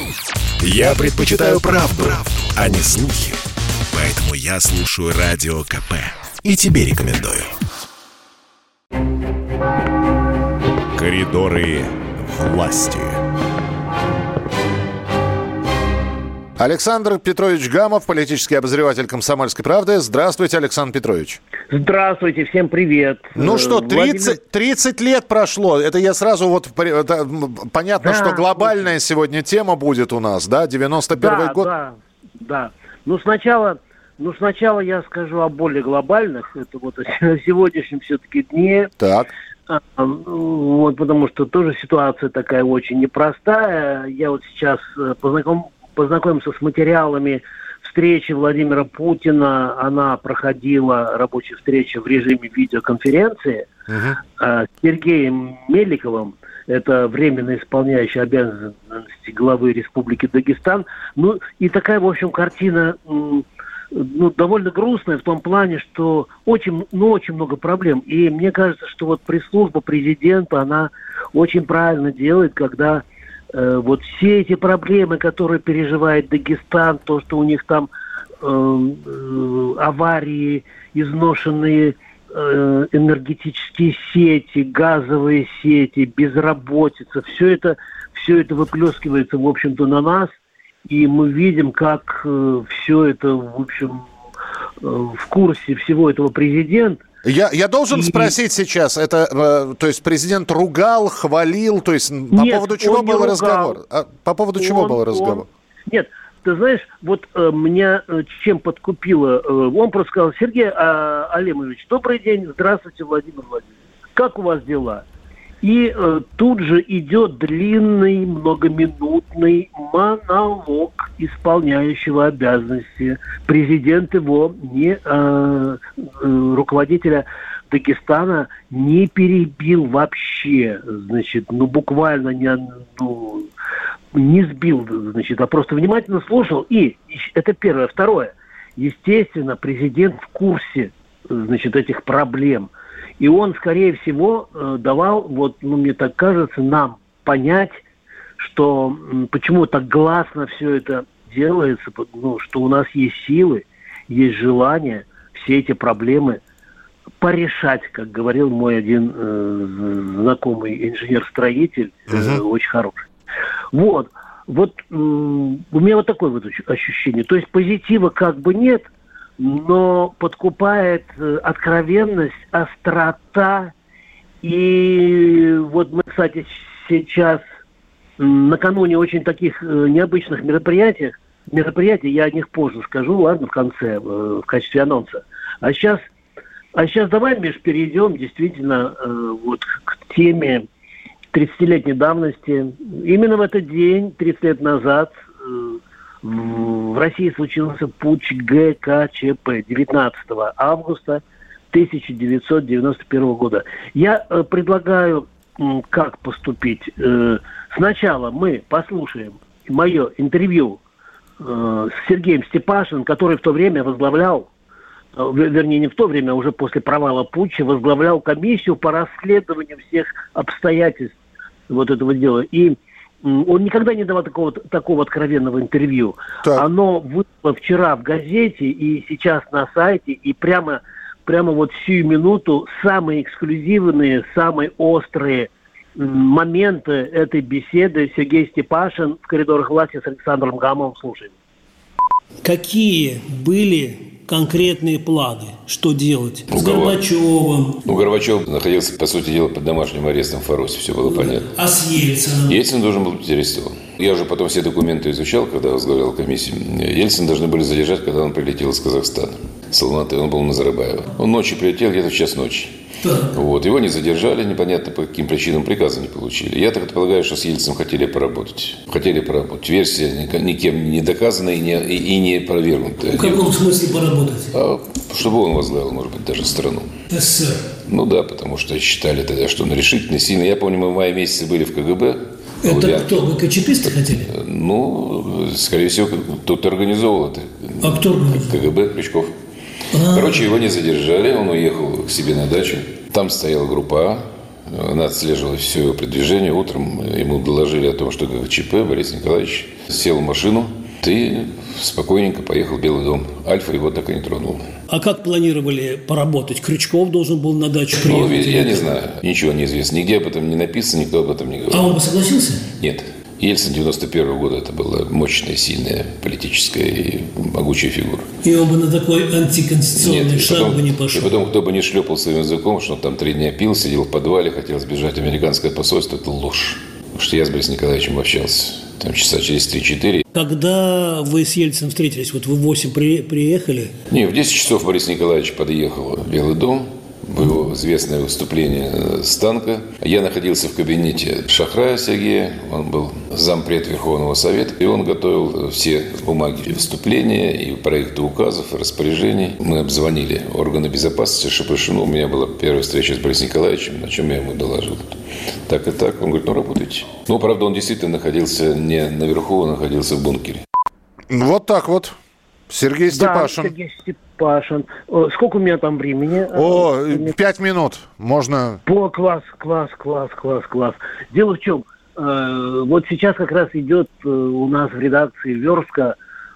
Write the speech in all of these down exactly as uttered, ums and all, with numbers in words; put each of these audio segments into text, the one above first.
Я предпочитаю правду, правду, а не слухи. Поэтому я слушаю Радио КП. И тебе рекомендую. Коридоры власти. Александр Петрович Гамов, политический обозреватель «Комсомольской правды». Здравствуйте, Александр Петрович. Здравствуйте, всем привет. Ну что, тридцать, тридцать лет прошло. Это я сразу вот... Понятно, да, что глобальная сегодня тема будет у нас, да? девяносто первый да, год. Да, да. Ну сначала, ну, сначала я скажу о более глобальных. Это вот о сегодняшнем все-таки дне. Так. Вот, потому что тоже ситуация такая очень непростая. Я вот сейчас познаком... познакомился с материалами встречи Владимира Путина. Она проходила, рабочая встреча, в режиме видеоконференции uh-huh. с Сергеем Меликовым. Это временно исполняющий обязанности главы Республики Дагестан. Ну, и такая, в общем, картина ну, довольно грустная в том плане, что очень, ну, очень много проблем. И мне кажется, что вот пресс-служба президента, она очень правильно делает, когда вот все эти проблемы, которые переживает Дагестан, то, что у них там э, э, аварии, изношенные э, энергетические сети, газовые сети, безработица, все это, все это выплескивается, в общем-то, на нас, и мы видим, как э, все это, в общем, э, в курсе всего этого президент. Я, я должен и... спросить сейчас, это, э, то есть президент ругал, хвалил, то есть по нет, поводу чего был ругал. разговор? А, по поводу чего он, был разговор? Он... Нет, ты знаешь, вот э, меня э, чем подкупило, э, он просто сказал: Сергей э, Алимович, добрый день, здравствуйте, Владимир Владимирович, как у вас дела? И э, тут же идет длинный, многоминутный монолог исполняющего обязанности. Президент его, не, э, э, руководителя Дагестана, не перебил вообще, значит, ну буквально не, ну, не сбил, значит, а просто внимательно слушал. И это первое. Второе. Естественно, президент в курсе, значит, этих проблем. И он, скорее всего, давал, вот, ну, мне так кажется, нам понять, что почему так гласно все это делается, ну, что у нас есть силы, есть желание все эти проблемы порешать, как говорил мой один э, знакомый инженер-строитель, uh-huh. э, очень хороший. Вот, вот э, у меня вот такое вот ощущение. То есть позитива как бы нет, но подкупает э, откровенность, острота. И вот мы, кстати, сейчас э, накануне очень таких э, необычных мероприятий, мероприятий, я о них позже скажу, ладно, в конце, э, в качестве анонса. А сейчас, а сейчас давай, Миш, перейдем действительно э, вот к теме тридцатилетней давности. Именно в этот день, тридцать лет назад, э, в России случился путч гэ ка че пэ девятнадцатого августа тысяча девятьсот девяносто первого года. Я э, предлагаю, э, как поступить. Э, сначала мы послушаем мое интервью э, с Сергеем Степашиным, который в то время возглавлял, э, вернее, не в то время, а уже после провала путча, возглавлял комиссию по расследованию всех обстоятельств вот этого дела. И он никогда не давал такого, такого откровенного интервью. Так. Оно вышло вчера в газете и сейчас на сайте, и прямо, прямо вот в сию минуту самые эксклюзивные, самые острые моменты этой беседы Сергей Степашин в коридорах власти с Александром Гамовым. Слушаем. Какие были конкретные планы, что делать у с кого? Горбачевым? Ну, Горбачев находился, по сути дела, под домашним арестом в Фаросе, все было понятно. А с Ельциным? Ельцин должен был быть арестован. Я уже потом все документы изучал, когда возглавлял комиссию. Ельцин должны были задержать, когда он прилетел из Казахстана. С Алматы, он был на Назарбаева. Он ночью прилетел, где-то в час ночи. Вот. Его не задержали, непонятно по каким причинам, приказа не получили. Я так предполагаю, что с Ельциным хотели поработать. Хотели поработать. Версия никем не доказанная и не, и не опровергнутая. В каком смысле поработать? А, чтобы он возглавил, может быть, даже страну. СССР. Ну да, потому что считали тогда, что он решительно, сильно. Я помню, мы в мае месяце были в ка гэ бэ. Это я... кто? Вы ка-че-писты хотели? Ну, скорее всего, кто-то организовал это. А кто организовал? ка гэ бэ, Крючков. А-а-а. Короче, его не задержали, он уехал к себе на дачу. Там стояла группа А, Она отслеживала все его передвижение. Утром ему доложили о том, что ГКЧП. Борис Николаевич сел в машину и спокойненько поехал в Белый дом. Альфа его так и не тронул. А как планировали поработать? Крючков должен был на дачу приехать? Ну, я не знаю. Ничего не известно. Нигде об этом не написано, никто об этом не говорит. А он бы согласился? Нет. Ельцин девяносто первого года это была мощная, сильная, политическая и могучая фигура. И он бы на такой антиконституционный Нет, шаг потом, бы не пошел. И потом, кто бы не шлепал своим языком, что он там три дня пил, сидел в подвале, хотел сбежать в американское посольство, это ложь. Потому что я с Борисом Николаевичем общался там часа через три-четыре. Когда вы с Ельциным встретились, вот вы в восемь при, приехали? Не, в десять часов Борис Николаевич подъехал в Белый дом. Было известное выступление с танка. Я находился в кабинете Шахрая Сергея. Он был зампред Верховного Совета. И он готовил все бумаги выступления и проекты указов, и распоряжений. Мы обзвонили органы безопасности Шапошину. У меня была первая встреча с Борисом Николаевичем, на чем я ему доложил. Так и так. Он говорит, ну, работайте. Ну, правда, он действительно находился не наверху, он находился в бункере. Вот так вот. Сергей Степашин. Да, Сергей Степашин. Сколько у меня там времени? О, пять минут. Можно... О, класс, класс, класс, класс, класс. Дело в чем? Вот сейчас как раз идет у нас в редакции верстка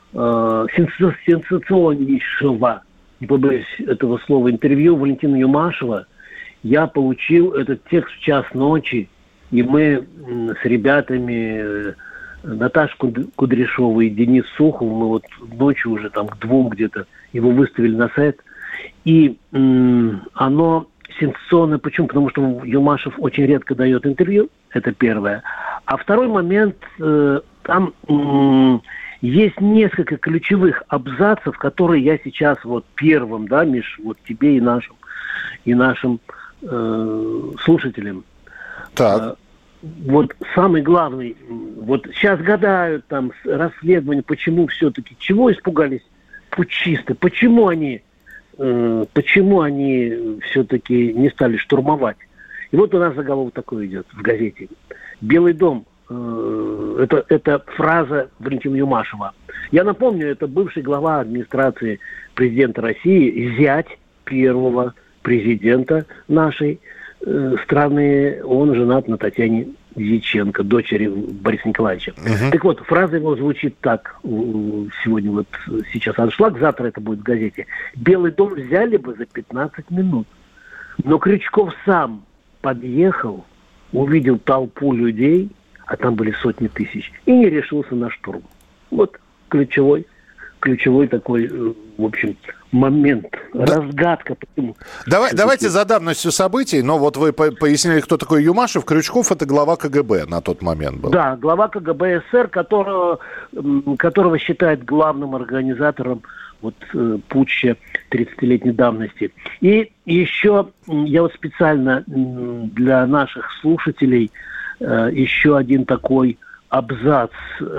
сенсационнейшего, не побоюсь этого слова, интервью Валентина Юмашева. Я получил этот текст в час ночи, и мы с ребятами... Наташа Кудряшова и Денис Сухов, мы вот ночью уже там к двум где-то его выставили на сайт. И м- оно сенсационное. Почему? Потому что Юмашев очень редко дает интервью. Это первое. А второй момент, э, там м- есть несколько ключевых абзацев, которые я сейчас вот первым, да, Миш, вот тебе и нашим, и нашим э, слушателям. Так. Вот самый главный, вот сейчас гадают там расследование, почему все-таки, чего испугались путчисты, почему они, э, почему они все-таки не стали штурмовать. И вот у нас заголовок такой идет в газете. Белый дом, э, это, это фраза Валентина Юмашева. Я напомню, это бывший глава администрации президента России, зять первого президента нашей страны, он женат на Татьяне Дьяченко, дочери Бориса Николаевича. Uh-huh. Так вот, фраза его звучит так, сегодня вот сейчас аншлаг, завтра это будет в газете. Белый дом взяли бы за пятнадцать минут. Но Крючков сам подъехал, увидел толпу людей, а там были сотни тысяч, и не решился на штурм. Вот ключевой, ключевой такой, в общем, момент, да. Разгадка. Почему? Давай, давайте за давностью событий, но вот вы пояснили, кто такой Юмашев. Крючков – это глава КГБ на тот момент был. Да, глава КГБ СССР, которого, которого считают главным организатором вот, путча тридцатилетней давности. И еще я вот специально для наших слушателей еще один такой абзац.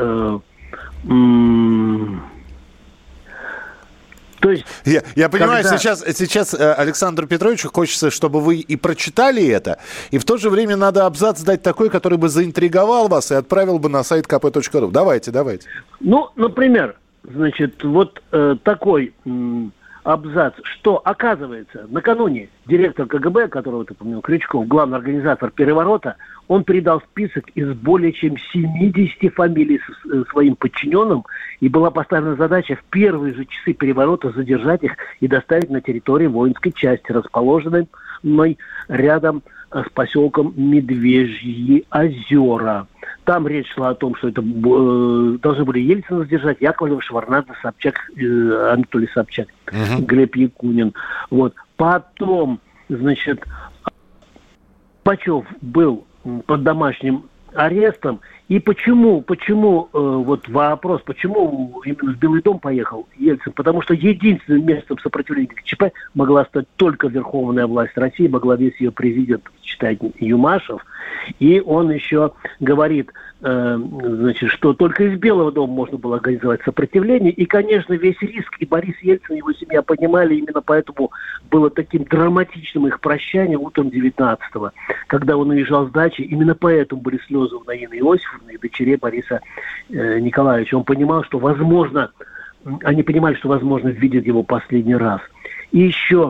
То есть, я, я понимаю, когда... сейчас, сейчас Александру Петровичу хочется, чтобы вы и прочитали это, и в то же время надо абзац дать такой, который бы заинтриговал вас и отправил бы на сайт ка пэ точка ру. Давайте, давайте. Ну, например, значит, вот э, такой м, абзац, что, оказывается, накануне директор КГБ, которого ты помнил, Крючков, главный организатор переворота, он передал список из более чем семидесяти фамилий своим подчиненным, и была поставлена задача в первые же часы переворота задержать их и доставить на территорию воинской части, расположенной рядом с поселком Медвежьи озера. Там речь шла о том, что это э, должны были Ельцина задержать, Яковлев, Шварнадзе, Собчак, э, Анатолий Собчак, uh-huh. Глеб Якунин. Вот. Потом, значит, Пачев был под домашним арестом. И почему, почему э, вот вопрос, почему именно в Белый дом поехал Ельцин? Потому что единственным местом сопротивления ГКЧП могла стать только верховная власть России, во главе с ее президентом, считает Юмашев. И он еще говорит, э, значит, что только из Белого дома можно было организовать сопротивление. И, конечно, весь риск и Борис Ельцин, и его семья понимали, именно поэтому было таким драматичным их прощание утром девятнадцатого, когда он уезжал с дачи. Именно поэтому были слезы у Наины Иосифовны и дочерей Бориса э, Николаевича. Он понимал, что возможно, они понимали, что возможно видят его последний раз. И еще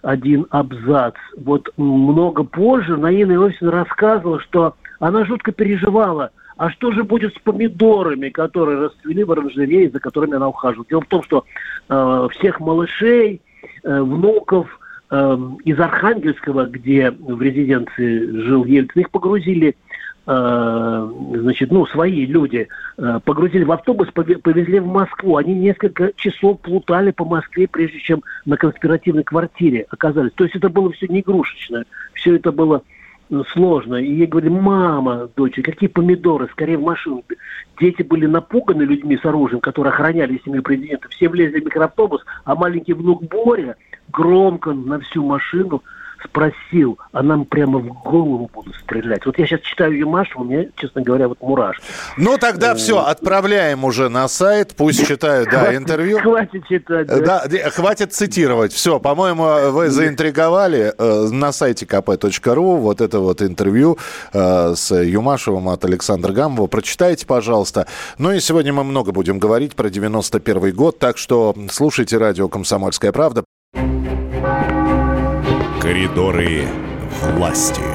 один абзац. Вот много позже Наина Иосифовна рассказывала, что она жутко переживала, а что же будет с помидорами, которые расцвели в оранжерее, за которыми она ухаживала. Дело в том, что э, всех малышей, э, внуков э, из Архангельского, где в резиденции жил Ельцин, их погрузили, э, значит, ну, свои люди, э, погрузили в автобус, повезли в Москву. Они несколько часов плутали по Москве, прежде чем на конспиративной квартире оказались. То есть это было все не игрушечное, все это было сложно. И ей говорили: мама, дочь, какие помидоры, скорее в машину. Дети были напуганы людьми с оружием, которые охраняли семью президента. Все влезли в микроавтобус, а маленький внук Боря громко на всю машину спросил: а нам прямо в голову будут стрелять? Вот я сейчас читаю Юмашева, у меня, честно говоря, вот мурашки. Ну, тогда э- все, отправляем уже на сайт, пусть читают, да, хватит, интервью. Хватит читать. Да. Да, хватит цитировать. Все, по-моему, вы заинтриговали. На сайте ка пэ точка ру вот это вот интервью с Юмашевым от Александра Гамова. Прочитайте, пожалуйста. Ну и сегодня мы много будем говорить про девяносто первый год, так что слушайте радио «Комсомольская правда». Коридоры власти.